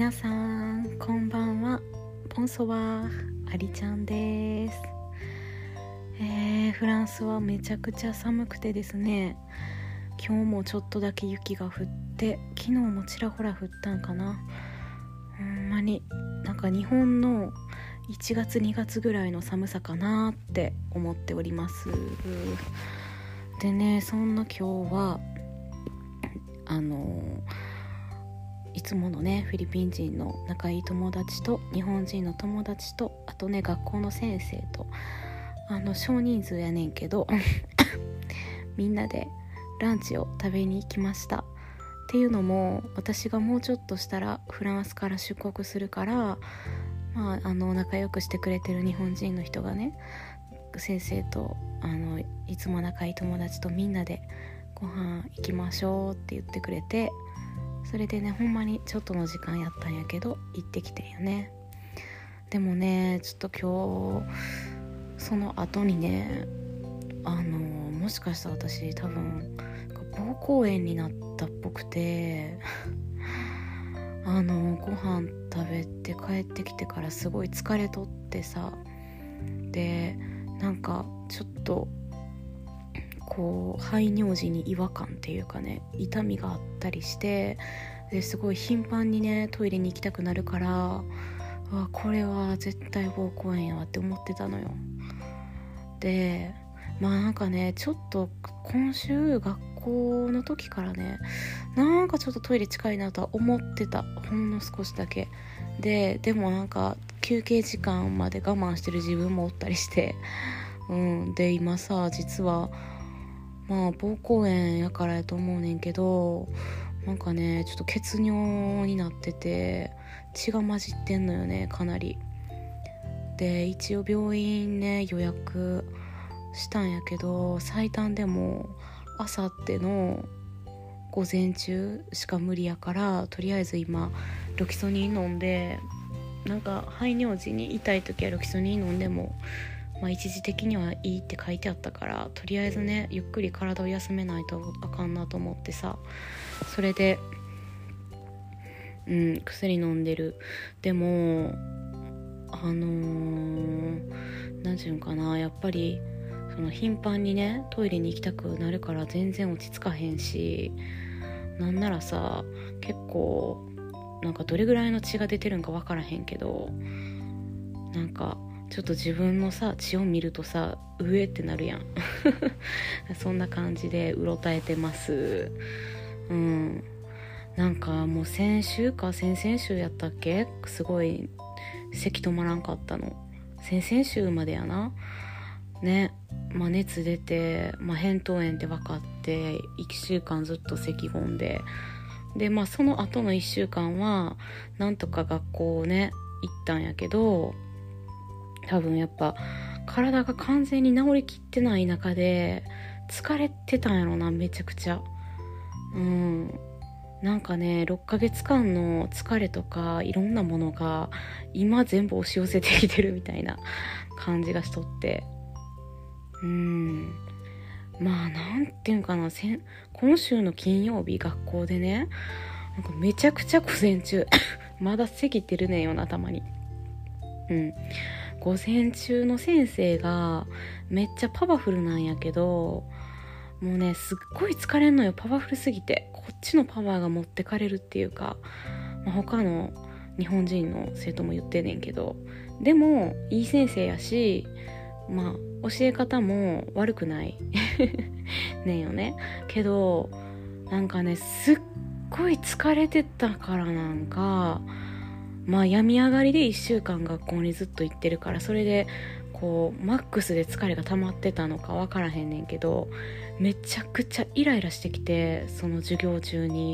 皆さんこんばんは。ボンソワー、ありちゃんです。フランスはめちゃくちゃ寒くてですね、今日もちょっとだけ雪が降って、昨日もちらほら降ったんかな。ほんまになんか日本の1月2月ぐらいの寒さかなって思っております。でね、そんな今日はいつものねフィリピン人の仲いい友達と日本人の友達と、あとね学校の先生と少人数やねんけどみんなでランチを食べに行きました。っていうのも、私がもうちょっとしたらフランスから出国するから、仲良くしてくれてる日本人の人がね、先生といつも仲いい友達とみんなでご飯行きましょうって言ってくれて、それでねほんまにちょっとの時間やったんやけど行ってきてんよね。でもねちょっと今日その後にねもしかしたら私多分膀胱炎になったっぽくてご飯食べて帰ってきてからすごい疲れとってさ、でなんかちょっとこう排尿時に違和感っていうかね、痛みがあったりして、ですごい頻繁にねトイレに行きたくなるから、これは絶対膀胱炎やわって思ってたのよ。でなんかねちょっと今週学校の時からね、なんかちょっとトイレ近いなとは思ってた、ほんの少しだけでもなんか休憩時間まで我慢してる自分もおったりして、で今さ実は膀胱炎やからやと思うねんけど、なんかねちょっと血尿になってて血が混じってんのよね、かなり。で一応病院ね予約したんやけど、最短でもあさっての午前中しか無理やから、とりあえず今ロキソニン飲んで、なんか排尿時に痛い時はロキソニン飲んでも一時的にはいいって書いてあったから、とりあえずねゆっくり体を休めないとあかんなと思ってさ、それで薬飲んでる。でもなんていうんかな、やっぱりその頻繁にねトイレに行きたくなるから全然落ち着かへんし、なんならさ結構なんかどれぐらいの血が出てるんか分からへんけど、なんかちょっと自分のさ血を見るとさ上ってなるやんそんな感じでうろたえてます。なんかもう先々週やったっけ、すごい咳止まらんかったの。先々週までやなね。熱出て、扁桃炎って分かって1週間ずっと咳込んで、その後の1週間はなんとか学校をね行ったんやけど、多分やっぱ体が完全に治りきってない中で疲れてたんやろな、めちゃくちゃ。なんかね6ヶ月間の疲れとかいろんなものが今全部押し寄せてきてるみたいな感じがしとって、なんていうんかな、今週の金曜日学校でね、なんかめちゃくちゃ午前中まだ咳ってるねんよな、たまに。午前中の先生がめっちゃパワフルなんやけど、もうねすっごい疲れんのよ、パワフルすぎて。こっちのパワーが持ってかれるっていうか、他の日本人の生徒も言ってんねんけど、でもいい先生やし、教え方も悪くないねんよね。けどなんかねすっごい疲れてたからなんか病み上がりで1週間学校にずっと行ってるから、それでこうマックスで疲れが溜まってたのか分からへんねんけど、めちゃくちゃイライラしてきて、その授業中に。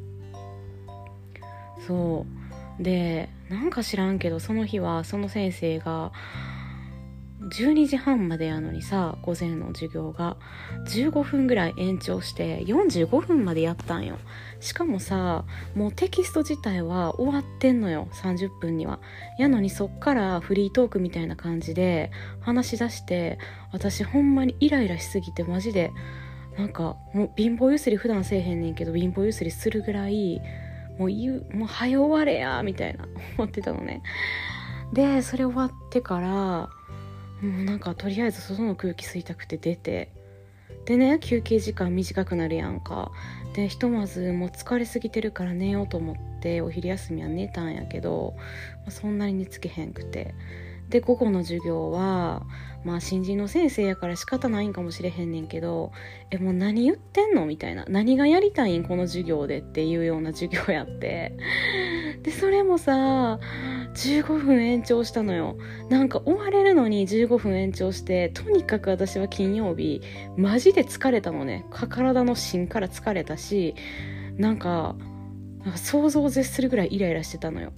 そうでなんか知らんけど、その日はその先生が12時半までやのにさ、午前の授業が15分ぐらい延長して45分までやったんよ。しかもさもうテキスト自体は終わってんのよ、30分には。やのにそっからフリートークみたいな感じで話し出して、私ほんまにイライラしすぎて、マジでなんかもう貧乏ゆすり普段せえへんねんけど貧乏ゆすりするぐらいもう早終われやみたいな思ってたのね。でそれ終わってからもうなんかとりあえず外の空気吸いたくて出て、でね休憩時間短くなるやんか。でひとまずもう疲れすぎてるから寝ようと思ってお昼休みは寝たんやけど、そんなに寝つけへんくて、で午後の授業は新人の先生やから仕方ないんかもしれへんねんけど、もう何言ってんのみたいな、何がやりたいんこの授業でっていうような授業やって、でそれもさ15分延長したのよ。なんか終われるのに15分延長して、とにかく私は金曜日マジで疲れたのね。体の芯から疲れたし、なんか想像を絶するぐらいイライラしてたのよ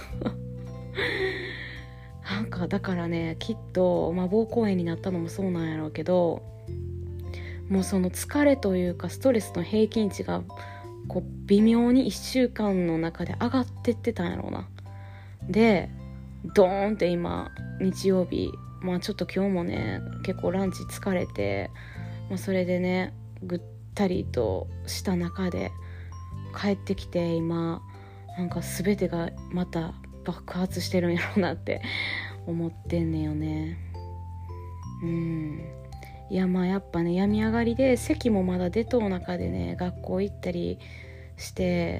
なんかだからね、きっと膀胱炎になったのもそうなんやろうけど、もうその疲れというかストレスの平均値がこう微妙に1週間の中で上がってってたんやろうな。でドーンって今日曜日、ちょっと今日もね結構ランチ疲れて、それでねぐったりとした中で帰ってきて、今なんか全てがまた爆発してるんやろうなって思ってんねんよね。いややっぱね病み上がりで咳もまだ出とう中でね学校行ったりして、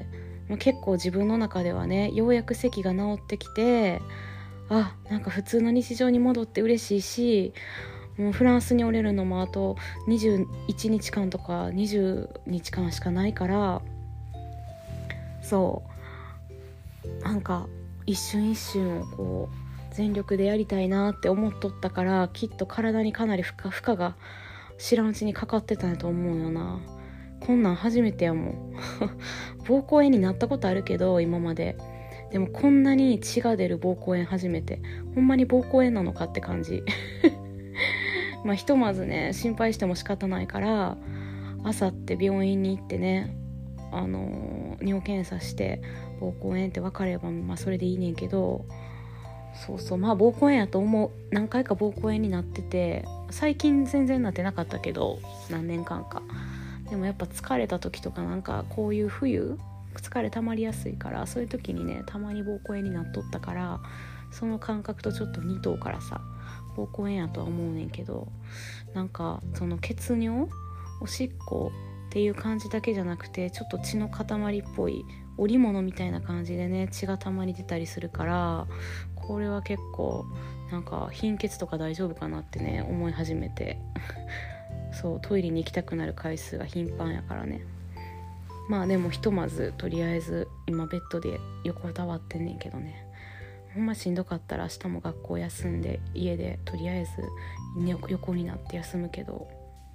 結構自分の中ではねようやく咳が治ってきて、なんか普通の日常に戻って嬉しいし、もうフランスにおれるのもあと21日間とか20日間しかないから、そうなんか一瞬一瞬をこう全力でやりたいなって思っとったから、きっと体にかなり負荷が知らんうちにかかってたんやと思うよな。こんなん初めてやもん膀胱炎になったことあるけど今まで、でもこんなに血が出る膀胱炎初めて。ほんまに膀胱炎なのかって感じひとまずね心配しても仕方ないから、朝って病院に行ってね尿検査して膀胱炎って分かればそれでいいねんけど、そうそう膀胱炎やと思う。何回か膀胱炎になってて、最近全然なってなかったけど何年間か。でもやっぱ疲れた時とかなんかこういう冬疲れ溜まりやすいから、そういう時にねたまに膀胱炎になっとったから、その感覚とちょっと似とうからさ膀胱炎やとは思うねんけど、なんかその血尿おしっこっていう感じだけじゃなくて、ちょっと血の塊っぽい織物みたいな感じでね血がたまに出たりするから、これは結構なんか貧血とか大丈夫かなってね思い始めてそうトイレに行きたくなる回数が頻繁やからね。でもひとまずとりあえず今ベッドで横たわってんねんけどね、ほんましんどかったら明日も学校休んで家でとりあえず横になって休むけど、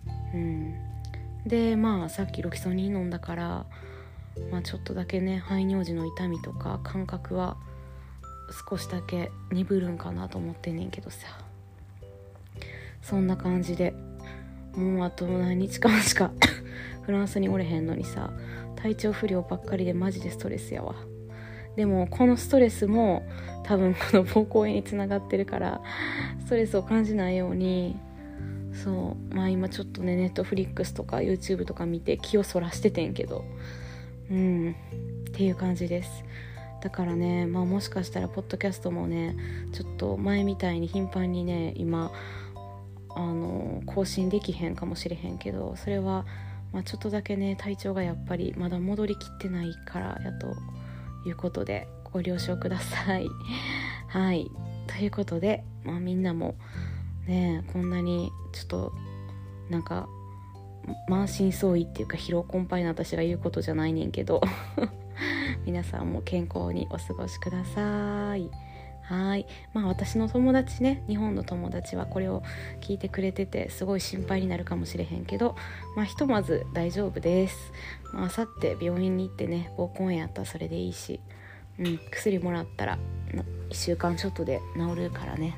でさっきロキソニン飲んだから、ちょっとだけね排尿時の痛みとか感覚は少しだけ鈍るんかなと思ってんねんけどさ、そんな感じでもうあと何日間しかフランスにおれへんのにさ、体調不良ばっかりでマジでストレスやわ。でもこのストレスも多分この膀胱炎につながってるから、ストレスを感じないように、そう今ちょっとねネットフリックスとか YouTube とか見て気をそらしててんけど、っていう感じです。だからねもしかしたらポッドキャストもねちょっと前みたいに頻繁にね今更新できへんかもしれへんけど、それはちょっとだけね体調がやっぱりまだ戻りきってないからやということでご了承くださいはいということで、みんなもねこんなにちょっとなんか満身創痍っていうか疲労困憊な私が言うことじゃないねんけど皆さんも健康にお過ごしください。はい、私の友達ね、日本の友達はこれを聞いてくれててすごい心配になるかもしれへんけど、ひとまず大丈夫です。明後日病院に行ってね膀胱炎やったらそれでいいし、薬もらったら1週間ちょっとで治るからね。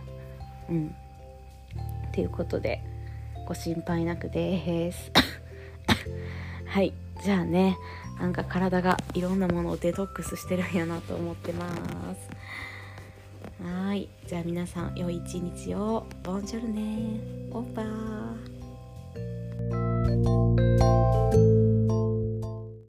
っていうことでご心配なくですはいじゃあね、なんか体がいろんなものをデトックスしてるんやなと思ってます。はい、じゃあ皆さん良い一日を。ボンジョルね、オーバー。